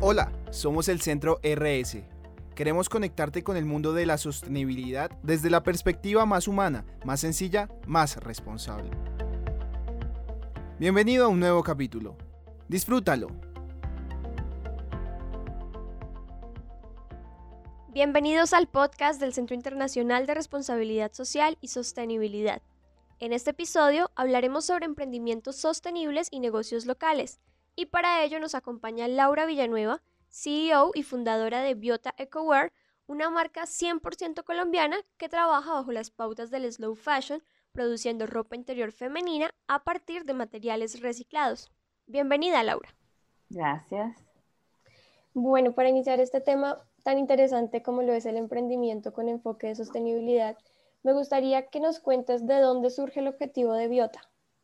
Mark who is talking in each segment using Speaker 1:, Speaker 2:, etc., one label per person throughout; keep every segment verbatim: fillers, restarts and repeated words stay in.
Speaker 1: Hola, somos el Centro R S. Queremos conectarte con el mundo de la sostenibilidad desde la perspectiva más humana, más sencilla, más responsable. Bienvenido a un nuevo capítulo. Disfrútalo.
Speaker 2: Bienvenidos al podcast del Centro Internacional de Responsabilidad Social y Sostenibilidad. En este episodio hablaremos sobre emprendimientos sostenibles y negocios locales, y para ello nos acompaña Laura Villanueva, C E O y fundadora de Biota Ecowear, una marca cien por ciento colombiana que trabaja bajo las pautas del slow fashion, produciendo ropa interior femenina a partir de materiales reciclados. Bienvenida, Laura.
Speaker 3: Gracias.
Speaker 2: Bueno, para iniciar este tema tan interesante como lo es el emprendimiento con enfoque de sostenibilidad, me gustaría que nos cuentes de dónde surge el objetivo de Biota.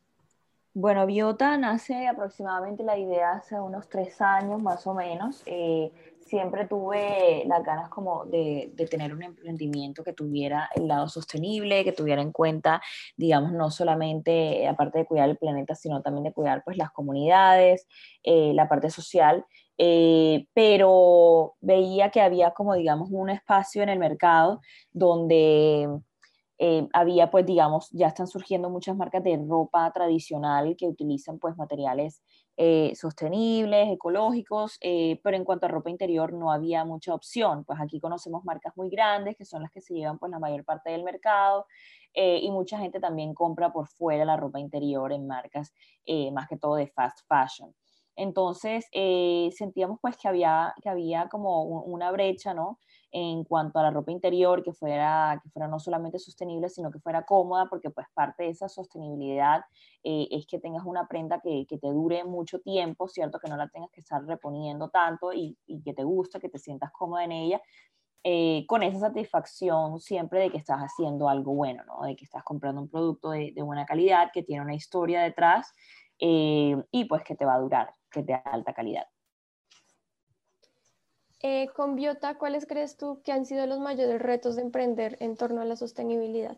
Speaker 3: Bueno, Biota nace aproximadamente la idea hace unos tres años más o menos. Eh, siempre tuve las ganas como de, de tener un emprendimiento que tuviera el lado sostenible, que tuviera en cuenta, digamos, no solamente, aparte de cuidar el planeta, sino también de cuidar pues las comunidades, eh, la parte social. Eh, pero veía que había como, digamos, un espacio en el mercado donde eh, había, pues, digamos, ya están surgiendo muchas marcas de ropa tradicional que utilizan, pues, materiales eh, sostenibles, ecológicos, eh, pero en cuanto a ropa interior no había mucha opción. Pues aquí conocemos marcas muy grandes que son las que se llevan, pues, la mayor parte del mercado, eh, y mucha gente también compra por fuera la ropa interior en marcas eh, más que todo de fast fashion. Entonces, eh, sentíamos pues que había, que había como un, una brecha, ¿no? En cuanto a la ropa interior, que fuera, que fuera no solamente sostenible, sino que fuera cómoda, porque pues parte de esa sostenibilidad eh, es que tengas una prenda que, que, te dure mucho tiempo, ¿cierto? Que no la tengas que estar reponiendo tanto y, y que te gusta, que te sientas cómoda en ella, eh, con esa satisfacción siempre de que estás haciendo algo bueno, ¿no? De que estás comprando un producto de, de buena calidad, que tiene una historia detrás eh, y pues que te va a durar, que es de alta calidad.
Speaker 2: Eh, con Biota, ¿cuáles crees tú que han sido los mayores retos de emprender en torno a la sostenibilidad?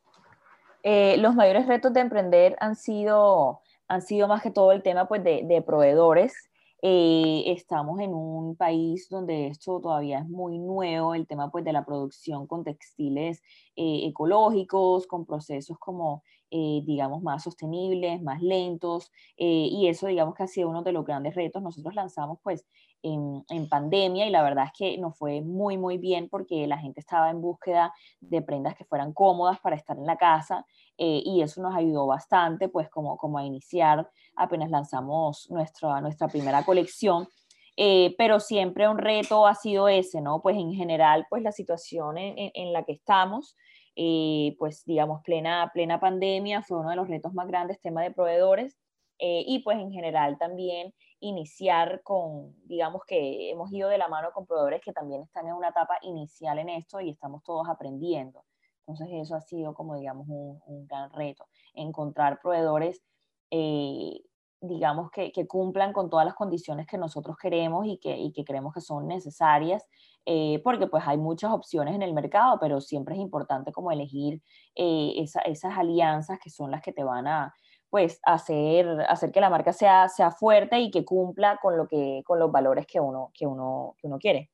Speaker 3: Eh, los mayores retos de emprender han sido, han sido más que todo el tema pues, de, de proveedores. Eh, estamos en un país donde esto todavía es muy nuevo, el tema pues, de la producción con textiles eh, ecológicos, con procesos como, eh, digamos, más sostenibles, más lentos, eh, y eso, digamos, que ha sido uno de los grandes retos. Nosotros lanzamos pues en, en pandemia y la verdad es que nos fue muy, muy bien porque la gente estaba en búsqueda de prendas que fueran cómodas para estar en la casa, eh, y eso nos ayudó bastante pues como, como a iniciar apenas lanzamos nuestra, nuestra primera colección. Eh, pero siempre un reto ha sido ese, ¿no? Pues en general, pues la situación en, en, en la que estamos, eh, pues digamos, plena, plena pandemia fue uno de los retos más grandes, tema de proveedores, eh, y pues en general también iniciar con, digamos que hemos ido de la mano con proveedores que también están en una etapa inicial en esto y estamos todos aprendiendo. Entonces eso ha sido como, digamos, un, un gran reto, encontrar proveedores, eh, digamos, que, que, cumplan con todas las condiciones que nosotros queremos y que, y que creemos que son necesarias, eh, porque pues hay muchas opciones en el mercado, pero siempre es importante como elegir eh, esa, esas alianzas que son las que te van a, pues, hacer, hacer que la marca sea, sea fuerte y que cumpla con, lo que, con los valores que uno, que, uno, que uno quiere.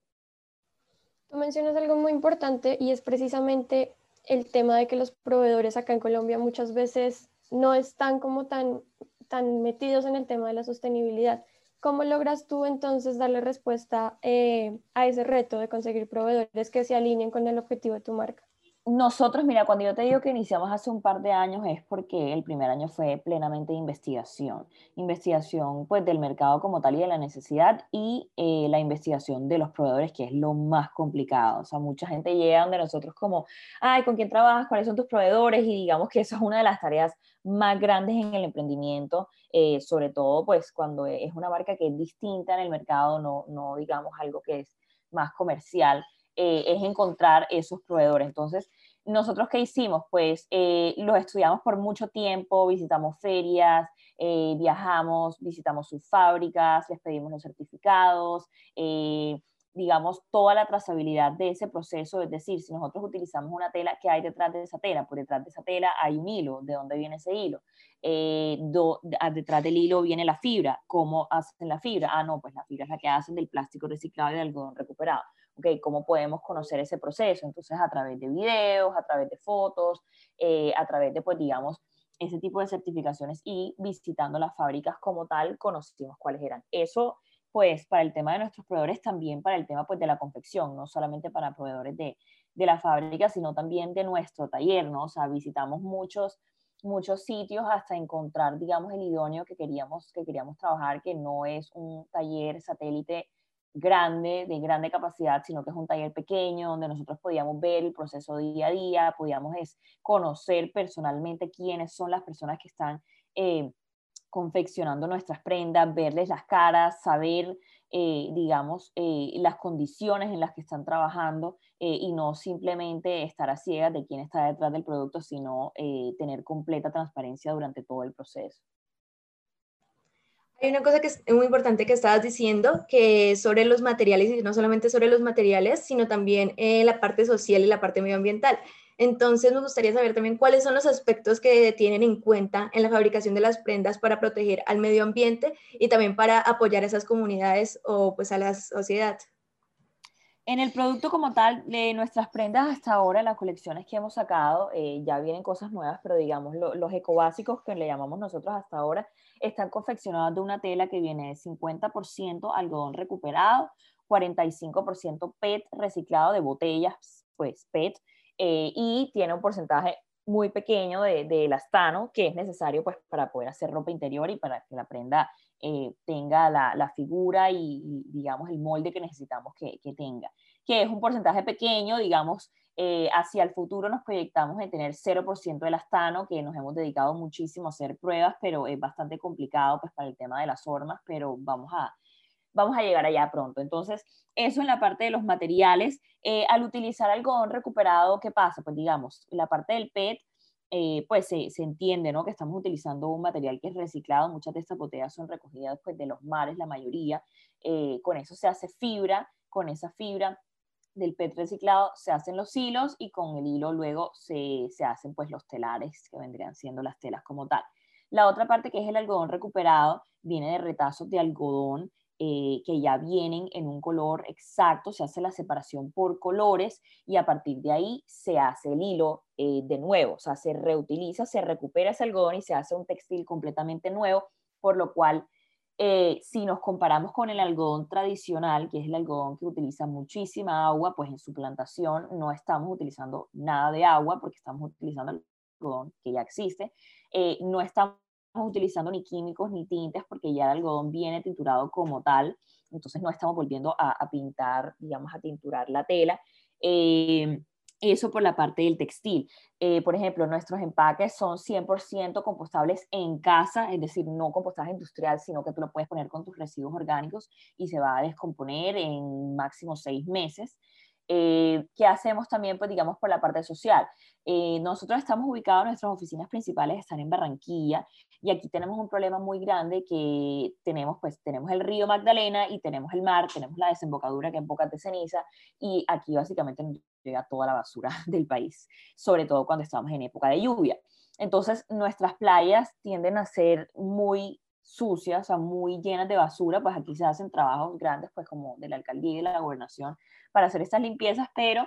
Speaker 2: Tú mencionas algo muy importante y es precisamente el tema de que los proveedores acá en Colombia muchas veces no están como tan, tan metidos en el tema de la sostenibilidad. ¿Cómo logras tú entonces darle respuesta eh, a ese reto de conseguir proveedores que se alineen con el objetivo de tu marca?
Speaker 3: Nosotros, mira, cuando yo te digo que iniciamos hace un par de años es porque el primer año fue plenamente de investigación. Investigación pues del mercado como tal y de la necesidad y eh, la investigación de los proveedores, que es lo más complicado. O sea, mucha gente llega donde nosotros como, ay, ¿con quién trabajas? ¿Cuáles son tus proveedores? Y digamos que eso es una de las tareas más grandes en el emprendimiento, eh, sobre todo pues cuando es una marca que es distinta en el mercado, no, no digamos algo que es más comercial. Eh, es encontrar esos proveedores. Entonces, ¿nosotros qué hicimos? Pues eh, los estudiamos por mucho tiempo, visitamos ferias, eh, viajamos, visitamos sus fábricas, les pedimos los certificados, eh, digamos, toda la trazabilidad de ese proceso, es decir, si nosotros utilizamos una tela, ¿qué hay detrás de esa tela? Por detrás de esa tela hay un hilo, ¿de dónde viene ese hilo? Eh, do, detrás del hilo viene la fibra, ¿cómo hacen la fibra? Ah, no, pues la fibra es la que hacen del plástico reciclado y del algodón recuperado. Okay, ¿cómo podemos conocer ese proceso? Entonces, a través de videos, a través de fotos, eh, a través de, pues, digamos, ese tipo de certificaciones y visitando las fábricas como tal, conocimos cuáles eran. Eso, pues, para el tema de nuestros proveedores, también para el tema, pues, de la confección, no solamente para proveedores de, de la fábrica, sino también de nuestro taller, ¿no? O sea, visitamos muchos, muchos sitios hasta encontrar, digamos, el idóneo que queríamos, que queríamos trabajar, que no es un taller satélite grande, de grande capacidad, sino que es un taller pequeño donde nosotros podíamos ver el proceso día a día, podíamos es, conocer personalmente quiénes son las personas que están eh, confeccionando nuestras prendas, verles las caras, saber, eh, digamos, eh, las condiciones en las que están trabajando eh, y no simplemente estar a ciegas de quién está detrás del producto, sino eh, tener completa transparencia durante todo el proceso.
Speaker 2: Hay una cosa que es muy importante que estabas diciendo, que es sobre los materiales, y no solamente sobre los materiales, sino también eh, la parte social y la parte medioambiental. Entonces, me gustaría saber también cuáles son los aspectos que tienen en cuenta en la fabricación de las prendas para proteger al medio ambiente y también para apoyar a esas comunidades o pues a la sociedad.
Speaker 3: En el producto como tal, de nuestras prendas hasta ahora, las colecciones que hemos sacado, eh, ya vienen cosas nuevas, pero digamos, lo, los ecobásicos que le llamamos nosotros hasta ahora, están confeccionados de una tela que viene de cincuenta por ciento algodón recuperado, cuarenta y cinco por ciento P E T reciclado de botellas, pues P E T, eh, y tiene un porcentaje muy pequeño de, de elastano que es necesario pues para poder hacer ropa interior y para que la prenda eh, tenga la, la figura y, y, digamos, el molde que necesitamos que, que tenga, que es un porcentaje pequeño, digamos, eh, hacia el futuro nos proyectamos en tener cero por ciento de elastano, que nos hemos dedicado muchísimo a hacer pruebas, pero es bastante complicado pues para el tema de las hormas, pero vamos a, vamos a llegar allá pronto. Entonces, eso en la parte de los materiales. Eh, al utilizar algodón recuperado, ¿qué pasa? Pues digamos, la parte del P E T, eh, pues se, se entiende, ¿no? Que estamos utilizando un material que es reciclado. Muchas de estas botellas son recogidas pues, de los mares, la mayoría. Eh, con eso se hace fibra, con esa fibra del P E T reciclado se hacen los hilos y con el hilo luego se, se hacen pues los telares, que vendrían siendo las telas como tal. La otra parte, que es el algodón recuperado, viene de retazos de algodón eh, que ya vienen en un color exacto, se hace la separación por colores y a partir de ahí se hace el hilo eh, de nuevo, o sea, se reutiliza, se recupera ese algodón y se hace un textil completamente nuevo, por lo cual eh, si nos comparamos con el algodón tradicional, que es el algodón que utiliza muchísima agua, pues en su plantación no estamos utilizando nada de agua porque estamos utilizando el algodón que ya existe, eh, no estamos utilizando ni químicos ni tintes porque ya el algodón viene tinturado como tal, entonces no estamos volviendo a, a pintar, digamos, a tinturar la tela. Eh, eso por la parte del textil. Eh, por ejemplo, nuestros empaques son cien por ciento compostables en casa, es decir, no compostaje industrial, sino que tú lo puedes poner con tus residuos orgánicos y se va a descomponer en máximo seis meses. Eh, ¿Qué hacemos también, pues digamos, por la parte social? Eh, nosotros estamos ubicados, nuestras oficinas principales están en Barranquilla y aquí tenemos un problema muy grande que tenemos, pues tenemos el río Magdalena y tenemos el mar, tenemos la desembocadura que es Bocas de Ceniza y aquí básicamente nos llega toda la basura del país, sobre todo cuando estamos en época de lluvia. Entonces nuestras playas tienden a ser muy sucias, o sea, muy llenas de basura, pues aquí se hacen trabajos grandes, pues como de la alcaldía y de la gobernación para hacer estas limpiezas, pero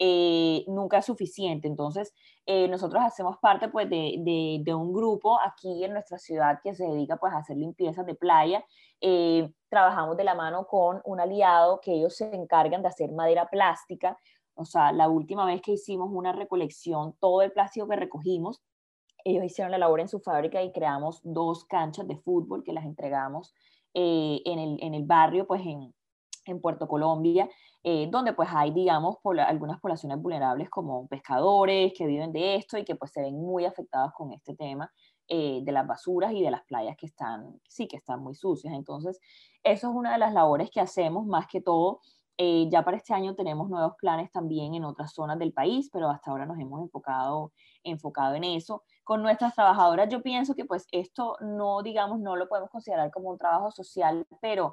Speaker 3: eh, nunca es suficiente. Entonces, eh, nosotros hacemos parte pues de, de, de, un grupo aquí en nuestra ciudad que se dedica pues a hacer limpiezas de playa. Eh, trabajamos de la mano con un aliado que ellos se encargan de hacer madera plástica. O sea, la última vez que hicimos una recolección, todo el plástico que recogimos, ellos hicieron la labor en su fábrica y creamos dos canchas de fútbol que las entregamos eh, en, el, en el barrio, pues en, en Puerto Colombia, eh, donde pues hay, digamos, por algunas poblaciones vulnerables como pescadores que viven de esto y que pues se ven muy afectados con este tema eh, de las basuras y de las playas que están, sí, que están muy sucias. Entonces, eso es una de las labores que hacemos más que todo. Eh, ya para este año tenemos nuevos planes también en otras zonas del país, pero hasta ahora nos hemos enfocado, enfocado en eso. Con nuestras trabajadoras yo pienso que pues esto no, digamos, no lo podemos considerar como un trabajo social, pero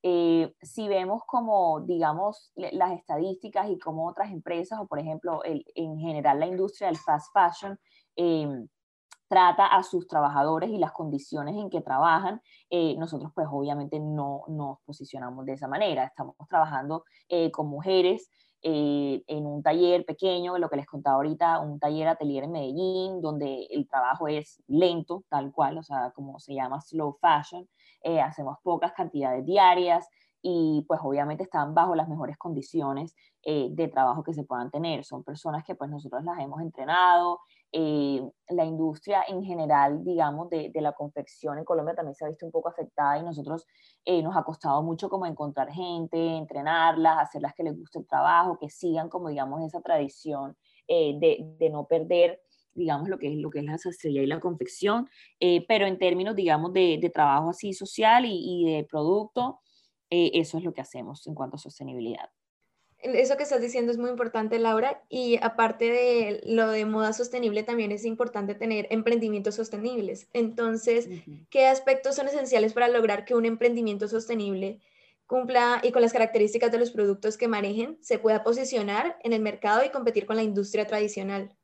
Speaker 3: Eh, si vemos como, digamos, las estadísticas y como otras empresas, o por ejemplo, el, en general la industria del fast fashion, eh, trata a sus trabajadores y las condiciones en que trabajan, eh, nosotros pues obviamente no nos posicionamos de esa manera. Estamos trabajando eh, con mujeres eh, en un taller pequeño, lo que les contaba ahorita, un taller atelier en Medellín, donde el trabajo es lento, tal cual, o sea, como se llama slow fashion, eh, hacemos pocas cantidades diarias y pues obviamente están bajo las mejores condiciones eh, de trabajo que se puedan tener. Son personas que pues nosotros las hemos entrenado. Eh, la industria en general, digamos, de, de, la confección en Colombia también se ha visto un poco afectada y nosotros eh, nos ha costado mucho como encontrar gente, entrenarlas, hacerlas que les guste el trabajo, que sigan como, digamos, esa tradición eh, de, de no perder, digamos, lo que es, lo que es la sastrería y la confección, eh, pero en términos, digamos, de, de trabajo así social y, y de producto, eh, eso es lo que hacemos en cuanto a sostenibilidad.
Speaker 2: Eso que estás diciendo es muy importante, Laura, y aparte de lo de moda sostenible, también es importante tener emprendimientos sostenibles. Entonces,
Speaker 3: Uh-huh.
Speaker 2: ¿qué aspectos son esenciales para lograr que un emprendimiento sostenible cumpla y con las características de los productos que manejen se pueda posicionar en el mercado y competir con la industria tradicional?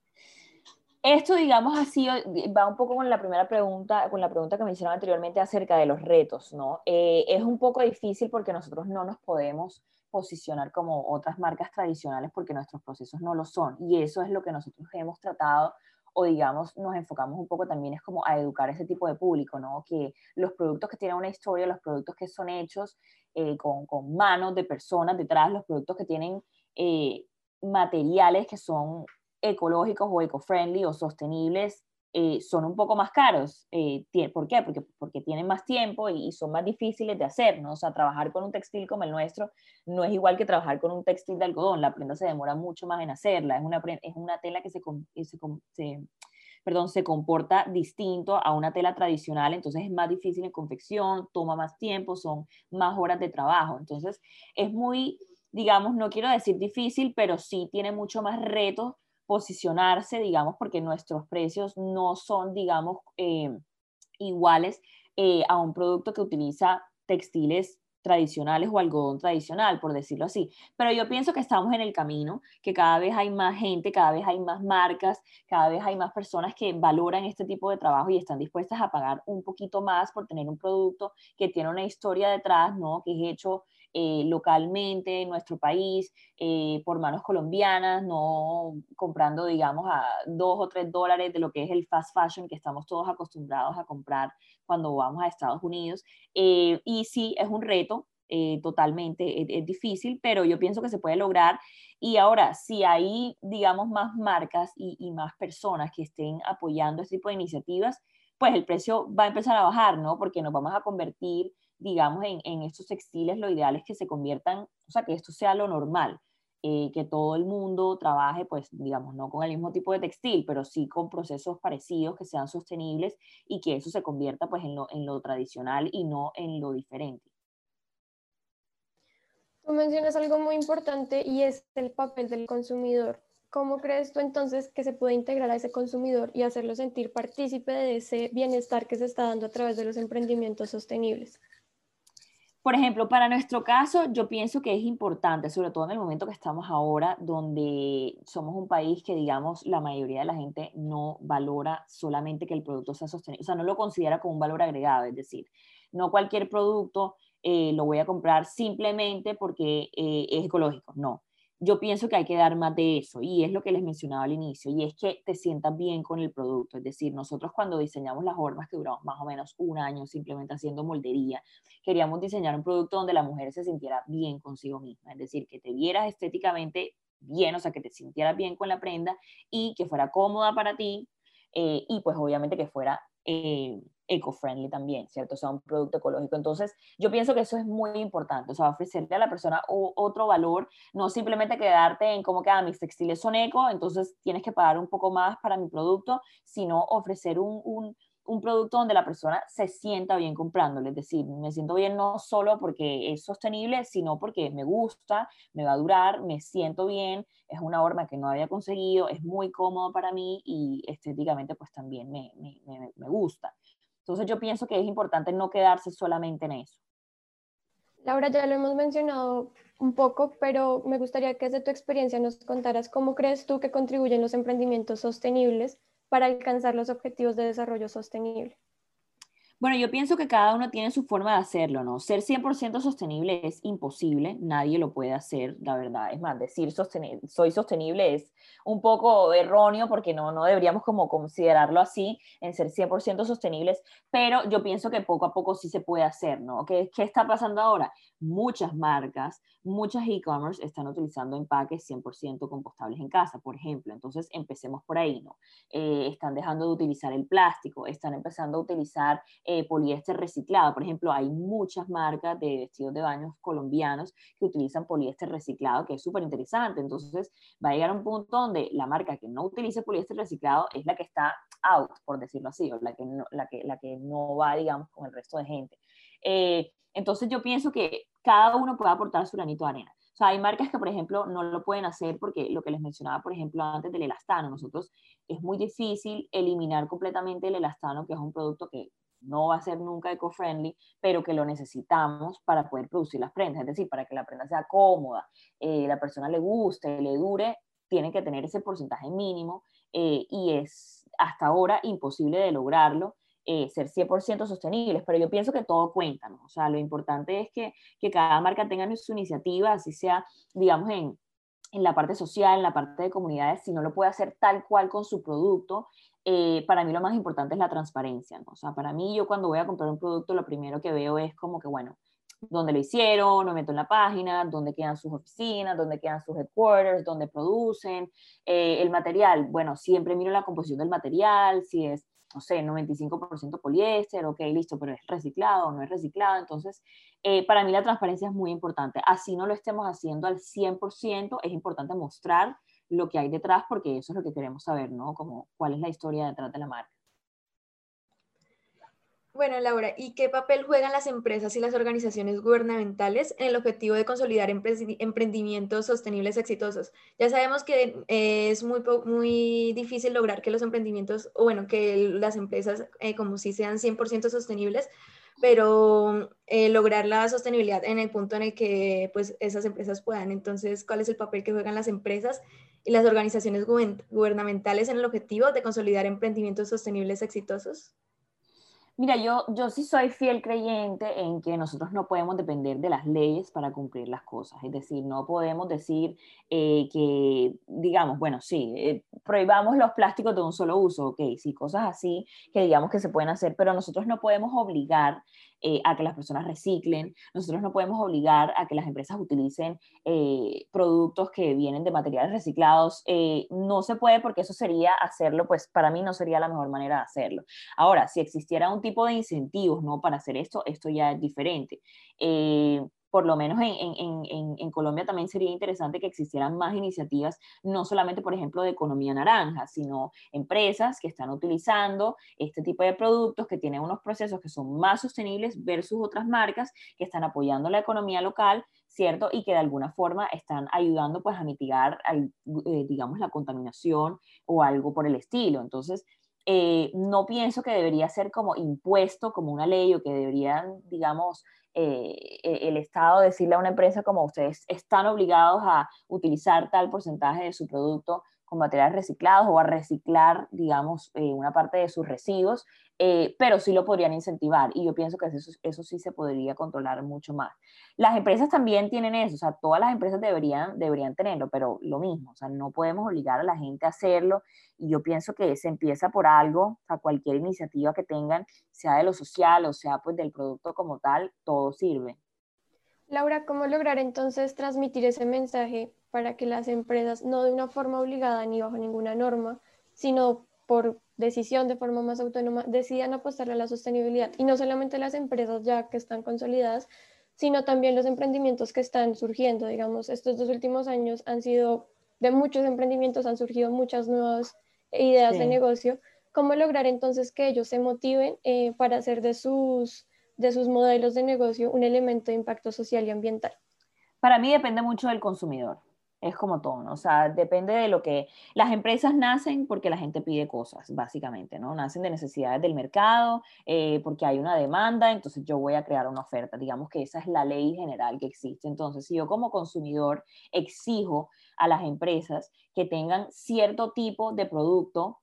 Speaker 3: Esto, digamos así, va un poco con la primera pregunta, con la pregunta que me hicieron anteriormente acerca de los retos, ¿no? Eh, es un poco difícil porque nosotros no nos podemos posicionar como otras marcas tradicionales porque nuestros procesos no lo son. Y eso es lo que nosotros hemos tratado, o digamos, nos enfocamos un poco también es como a educar a ese tipo de público, ¿no? Que los productos que tienen una historia, los productos que son hechos eh, con, con manos de personas detrás, los productos que tienen eh, materiales que son ecológicos o eco-friendly o sostenibles, eh, son un poco más caros. Eh, ¿Por qué? Porque, porque tienen más tiempo y, y son más difíciles de hacer, ¿no? O sea, trabajar con un textil como el nuestro no es igual que trabajar con un textil de algodón. La prenda se demora mucho más en hacerla. Es una, es una tela que se, se, se, perdón, se comporta distinto a una tela tradicional, entonces es más difícil en confección, toma más tiempo, son más horas de trabajo. Entonces, es muy, digamos, no quiero decir difícil, pero sí tiene mucho más retos posicionarse, digamos, porque nuestros precios no son, digamos, eh, iguales eh, a un producto que utiliza textiles tradicionales o algodón tradicional, por decirlo así. Pero yo pienso que estamos en el camino, que cada vez hay más gente, cada vez hay más marcas, cada vez hay más personas que valoran este tipo de trabajo y están dispuestas a pagar un poquito más por tener un producto que tiene una historia detrás, ¿no? Que es hecho eh, localmente en nuestro país, eh, por manos colombianas, no comprando, digamos, a dos o tres dólares de lo que es el fast fashion que estamos todos acostumbrados a comprar cuando vamos a Estados Unidos. Eh, y sí, es un reto, eh, totalmente, es, es difícil, pero yo pienso que se puede lograr. Y ahora, si hay, digamos, más marcas y, y más personas que estén apoyando este tipo de iniciativas, pues el precio va a empezar a bajar, ¿no? Porque nos vamos a convertir, digamos, en, en estos textiles, lo ideal es que se conviertan, o sea, que esto sea lo normal. Eh, que todo el mundo trabaje, pues, digamos, no con el mismo tipo de textil, pero sí con procesos parecidos que sean sostenibles y que eso se convierta, pues, en lo, en lo tradicional y no en lo diferente.
Speaker 2: Tú mencionas algo muy importante y es el papel del consumidor. ¿Cómo crees tú entonces que se puede integrar a ese consumidor y hacerlo sentir partícipe de ese bienestar que se está dando a través de los emprendimientos sostenibles?
Speaker 3: Por ejemplo, para nuestro caso, yo pienso que es importante, sobre todo en el momento que estamos ahora, donde somos un país que, digamos, la mayoría de la gente no valora solamente que el producto sea sostenible, o sea, no lo considera como un valor agregado, es decir, no cualquier producto eh, lo voy a comprar simplemente porque eh, es ecológico, no. Yo pienso que hay que dar más de eso y es lo que les mencionaba al inicio y es que te sientas bien con el producto, es decir, nosotros cuando diseñamos las formas que duramos más o menos un año simplemente haciendo moldería, queríamos diseñar un producto donde la mujer se sintiera bien consigo misma, es decir, que te vieras estéticamente bien, o sea, que te sintieras bien con la prenda y que fuera cómoda para ti eh, y pues obviamente que fuera eh, eco-friendly también, ¿cierto? O sea, un producto ecológico. Entonces, yo pienso que eso es muy importante, o sea, ofrecerle a la persona o, otro valor, no simplemente quedarte en como que ah, mis textiles son eco, entonces tienes que pagar un poco más para mi producto, sino ofrecer un, un un producto donde la persona se sienta bien comprándolo, es decir, me siento bien no solo porque es sostenible, sino porque me gusta, me va a durar, me siento bien, es una horma que no había conseguido, es muy cómodo para mí y estéticamente pues también me, me, me, me gusta. Entonces yo pienso que es importante no quedarse solamente en eso.
Speaker 2: Laura, ya lo hemos mencionado un poco, pero me gustaría que desde tu experiencia nos contaras cómo crees tú que contribuyen los emprendimientos sostenibles para alcanzar los objetivos de desarrollo sostenible.
Speaker 3: Bueno, yo pienso que cada uno tiene su forma de hacerlo, ¿no? Ser cien por ciento sostenible es imposible, nadie lo puede hacer, la verdad. Es más, decir sostenible, soy sostenible es un poco erróneo porque no, no deberíamos como considerarlo así, en ser cien por ciento sostenibles, pero yo pienso que poco a poco sí se puede hacer, ¿no? ¿Qué, qué está pasando ahora? Muchas marcas, muchas e-commerce están utilizando empaques cien por ciento compostables en casa, por ejemplo. Entonces, empecemos por ahí, ¿no? Eh, están dejando de utilizar el plástico, están empezando a utilizar eh, poliéster reciclado. Por ejemplo, hay muchas marcas de vestidos de baños colombianos que utilizan poliéster reciclado, que es súper interesante. Entonces, va a llegar a un punto donde la marca que no utilice poliéster reciclado es la que está out, por decirlo así, o la que no, la que, la que no va, digamos, con el resto de gente. Eh, entonces, yo pienso que cada uno puede aportar su granito de arena. O sea, hay marcas que, por ejemplo, no lo pueden hacer porque lo que les mencionaba, por ejemplo, antes del elastano, nosotros es muy difícil eliminar completamente el elastano, que es un producto que no va a ser nunca eco-friendly, pero que lo necesitamos para poder producir las prendas, es decir, para que la prenda sea cómoda, eh, la persona le guste, le dure, tiene que tener ese porcentaje mínimo eh, y es hasta ahora imposible de lograrlo, eh, ser cien por ciento sostenibles, pero yo pienso que todo cuenta, ¿no? O sea, lo importante es que, que cada marca tenga su iniciativa, así sea, digamos, en, en la parte social, en la parte de comunidades, si no lo puede hacer tal cual con su producto, eh, para mí lo más importante es la transparencia, ¿no? O sea, para mí yo cuando voy a comprar un producto, lo primero que veo es como que, bueno, dónde lo hicieron, me meto en la página, dónde quedan sus oficinas, dónde quedan sus headquarters, dónde producen, eh, el material, bueno, siempre miro la composición del material, si es, no sé, noventa y cinco por ciento poliéster, ok, listo, pero es reciclado o no es reciclado, entonces, eh, para mí la transparencia es muy importante, así no lo estemos haciendo al cien por ciento, es importante mostrar lo que hay detrás porque eso es lo que queremos saber, ¿no? Como cuál es la historia detrás de la marca.
Speaker 4: Bueno, Laura, ¿y qué papel juegan las empresas y las organizaciones gubernamentales en el objetivo de consolidar emprendimientos sostenibles exitosos? Ya sabemos que eh, es muy, muy difícil lograr que los emprendimientos, o bueno, que las empresas eh, como si sean cien por ciento sostenibles, pero eh, lograr la sostenibilidad en el punto en el que pues, esas empresas puedan. Entonces, ¿cuál es el papel que juegan las empresas y las organizaciones gubernamentales en el objetivo de consolidar emprendimientos sostenibles exitosos?
Speaker 3: Mira, yo, yo sí soy fiel creyente en que nosotros no podemos depender de las leyes para cumplir las cosas. Es decir, no podemos decir eh, que, digamos, bueno, sí, eh, prohibamos los plásticos de un solo uso, ok, sí, cosas así que digamos que se pueden hacer, pero nosotros no podemos obligar eh, a que las personas reciclen, nosotros no podemos obligar a que las empresas utilicen eh, productos que vienen de materiales reciclados. Eh, no se puede porque eso sería hacerlo, pues para mí no sería la mejor manera de hacerlo. Ahora, si existiera un tipo de incentivos, ¿no? Para hacer esto, esto ya es diferente. Eh, por lo menos en, en, en, en, Colombia también sería interesante que existieran más iniciativas, no solamente, por ejemplo, de economía naranja, sino empresas que están utilizando este tipo de productos, que tienen unos procesos que son más sostenibles versus otras marcas que están apoyando la economía local, ¿cierto? Y que de alguna forma están ayudando pues a mitigar, eh, digamos, la contaminación o algo por el estilo. Entonces, Eh, no pienso que debería ser como impuesto, como una ley, o que deberían, digamos, eh, el Estado decirle a una empresa como ustedes están obligados a utilizar tal porcentaje de su producto con materiales reciclados o a reciclar, digamos, eh, una parte de sus residuos, eh, pero sí lo podrían incentivar y yo pienso que eso, eso sí se podría controlar mucho más. Las empresas también tienen eso, o sea, todas las empresas deberían, deberían tenerlo, pero lo mismo, o sea, no podemos obligar a la gente a hacerlo y yo pienso que se empieza por algo, o sea, cualquier iniciativa que tengan, sea de lo social o sea pues del producto como tal, todo sirve.
Speaker 2: Laura, ¿cómo lograr entonces transmitir ese mensaje para que las empresas, no de una forma obligada ni bajo ninguna norma, sino por decisión de forma más autónoma, decidan apostarle a la sostenibilidad? Y no solamente las empresas ya que están consolidadas, sino también los emprendimientos que están surgiendo. Digamos, estos dos últimos años han sido de muchos emprendimientos, han surgido muchas nuevas ideas
Speaker 3: Sí.
Speaker 2: de negocio. ¿Cómo lograr entonces que ellos se motiven eh, para hacer de sus de sus modelos de negocio un elemento de impacto social y ambiental?
Speaker 3: Para mí depende mucho del consumidor. Es como todo, ¿no? O sea, depende de lo que... Las empresas nacen porque la gente pide cosas, básicamente, ¿no? Nacen de necesidades del mercado, eh, porque hay una demanda, entonces yo voy a crear una oferta. Digamos que esa es la ley general que existe. Entonces, si yo como consumidor exijo a las empresas que tengan cierto tipo de producto,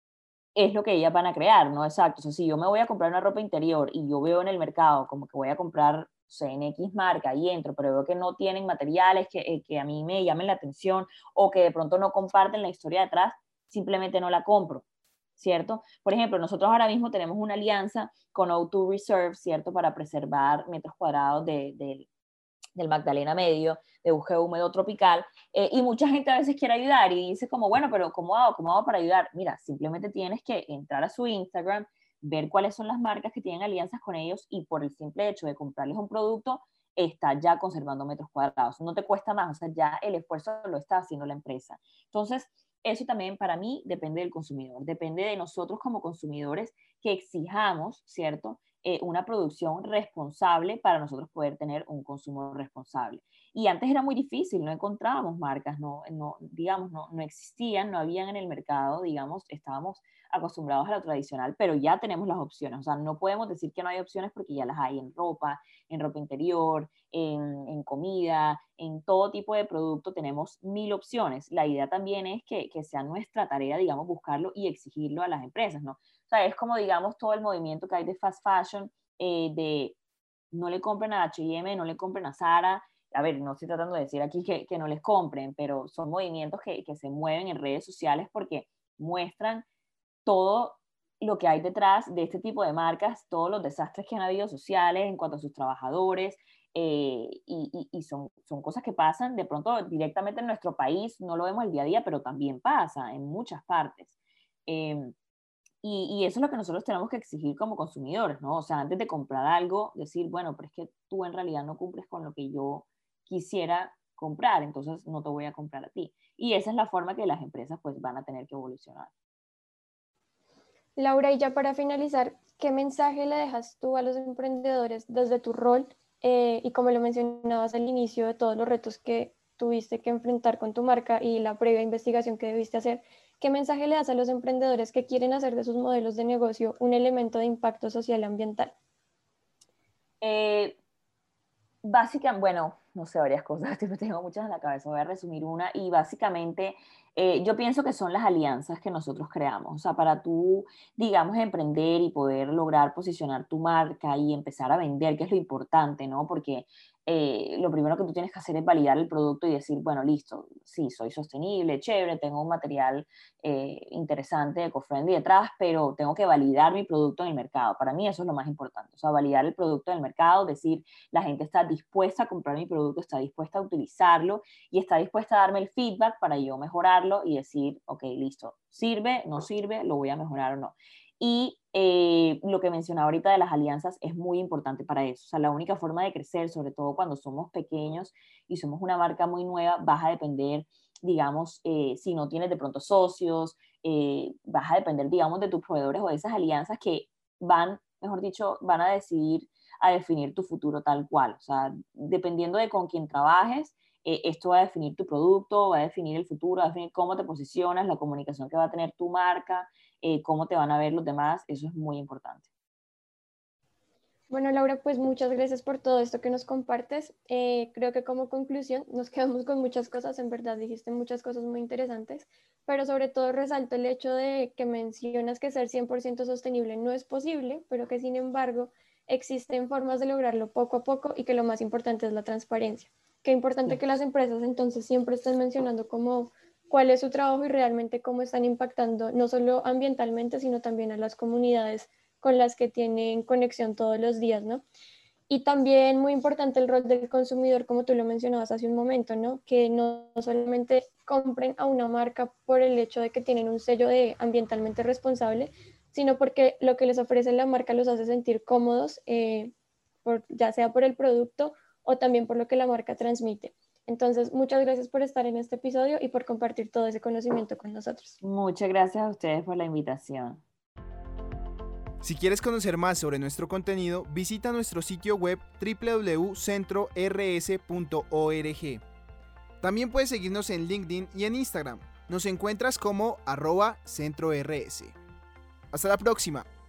Speaker 3: es lo que ellas van a crear, ¿no? Exacto. O sea, si yo me voy a comprar una ropa interior y yo veo en el mercado como que voy a comprar, o sea, en X marca y entro, pero veo que no tienen materiales que, eh, que a mí me llamen la atención o que de pronto no comparten la historia detrás, simplemente no la compro, ¿cierto? Por ejemplo, nosotros ahora mismo tenemos una alianza con O dos Reserve, ¿cierto? Para preservar metros cuadrados de, de, del Magdalena Medio, de bosque húmedo tropical, eh, y mucha gente a veces quiere ayudar y dice como, bueno, pero ¿cómo hago? ¿Cómo hago para ayudar? Mira, simplemente tienes que entrar a su Instagram, ver cuáles son las marcas que tienen alianzas con ellos y por el simple hecho de comprarles un producto, está ya conservando metros cuadrados. No te cuesta más, o sea, ya el esfuerzo lo está haciendo la empresa. Entonces, eso también para mí depende del consumidor, depende de nosotros como consumidores que exijamos, ¿cierto? Eh, una producción responsable para nosotros poder tener un consumo responsable. Y antes era muy difícil, no encontrábamos marcas, no, no, digamos, no, no existían, no habían en el mercado, digamos, estábamos acostumbrados a lo tradicional, pero ya tenemos las opciones, o sea, no podemos decir que no hay opciones porque ya las hay en ropa, en ropa interior, en, en comida, en todo tipo de producto tenemos mil opciones. La idea también es que, que sea nuestra tarea, digamos, buscarlo y exigirlo a las empresas, ¿no? O sea, es como, digamos, todo el movimiento que hay de fast fashion, eh, de no le compren a H y M, no le compren a Zara. A ver, no estoy tratando de decir aquí que, que no les compren, pero son movimientos que, que se mueven en redes sociales porque muestran todo lo que hay detrás de este tipo de marcas, todos los desastres que han habido sociales en cuanto a sus trabajadores, eh, y, y, y son, son cosas que pasan de pronto directamente en nuestro país, no lo vemos el día a día, pero también pasa en muchas partes. Eh, y, y eso es lo que nosotros tenemos que exigir como consumidores, ¿no? O sea, antes de comprar algo, decir, bueno, pero es que tú en realidad no cumples con lo que yo quisiera comprar, entonces no te voy a comprar a ti. Y esa es la forma que las empresas pues van a tener que evolucionar.
Speaker 2: Laura, y ya para finalizar, ¿qué mensaje le dejas tú a los emprendedores desde tu rol eh, y como lo mencionabas al inicio de todos los retos que tuviste que enfrentar con tu marca y la previa investigación que debiste hacer? ¿Qué mensaje le das a los emprendedores que quieren hacer de sus modelos de negocio un elemento de impacto social y ambiental?
Speaker 3: Eh, Básicamente, bueno, no sé, varias cosas, tengo muchas en la cabeza, voy a resumir una y básicamente eh, yo pienso que son las alianzas que nosotros creamos, o sea, para tú, digamos, emprender y poder lograr posicionar tu marca y empezar a vender, que es lo importante, ¿no? Porque eh, lo primero que tú tienes que hacer es validar el producto y decir, bueno, listo, sí, soy sostenible, chévere, tengo un material eh, interesante, eco-friendly detrás, pero tengo que validar mi producto en el mercado. Para mí eso es lo más importante, o sea, validar el producto en el mercado, decir, la gente está dispuesta a comprar mi producto, está dispuesta a utilizarlo y está dispuesta a darme el feedback para yo mejorarlo y decir, ok, listo, sirve, no sirve, lo voy a mejorar o no. Y eh, lo que mencionaba ahorita de las alianzas es muy importante para eso. O sea, la única forma de crecer, sobre todo cuando somos pequeños y somos una marca muy nueva, vas a depender, digamos, eh, si no tienes de pronto socios, eh, vas a depender, digamos, de tus proveedores o de esas alianzas que van, mejor dicho, van a decidir a definir tu futuro tal cual. O sea, dependiendo de con quién trabajes, eh, esto va a definir tu producto, va a definir el futuro, va a definir cómo te posicionas, la comunicación que va a tener tu marca, eh, cómo te van a ver los demás. Eso es muy importante.
Speaker 2: Bueno, Laura, pues muchas gracias por todo esto que nos compartes. Eh, creo que como conclusión nos quedamos con muchas cosas, en verdad dijiste muchas cosas muy interesantes, pero sobre todo resalto el hecho de que mencionas que ser cien por ciento sostenible no es posible, pero que sin embargo existen formas de lograrlo poco a poco y que lo más importante es la transparencia. Qué importante que las empresas entonces siempre estén mencionando cómo, cuál es su trabajo y realmente cómo están impactando no solo ambientalmente, sino también a las comunidades con las que tienen conexión todos los días, ¿no? Y también muy importante el rol del consumidor, como tú lo mencionabas hace un momento, ¿no? Que no solamente compren a una marca por el hecho de que tienen un sello de ambientalmente responsable, sino porque lo que les ofrece la marca los hace sentir cómodos, eh, por, ya sea por el producto o también por lo que la marca transmite. Entonces, muchas gracias por estar en este episodio y por compartir todo ese conocimiento con nosotros.
Speaker 3: Muchas gracias a ustedes por la invitación.
Speaker 1: Si quieres conocer más sobre nuestro contenido, visita nuestro sitio web doble u doble u doble u punto centro r s punto org. También puedes seguirnos en LinkedIn y en Instagram. Nos encuentras como arroba centro rs. Hasta la próxima.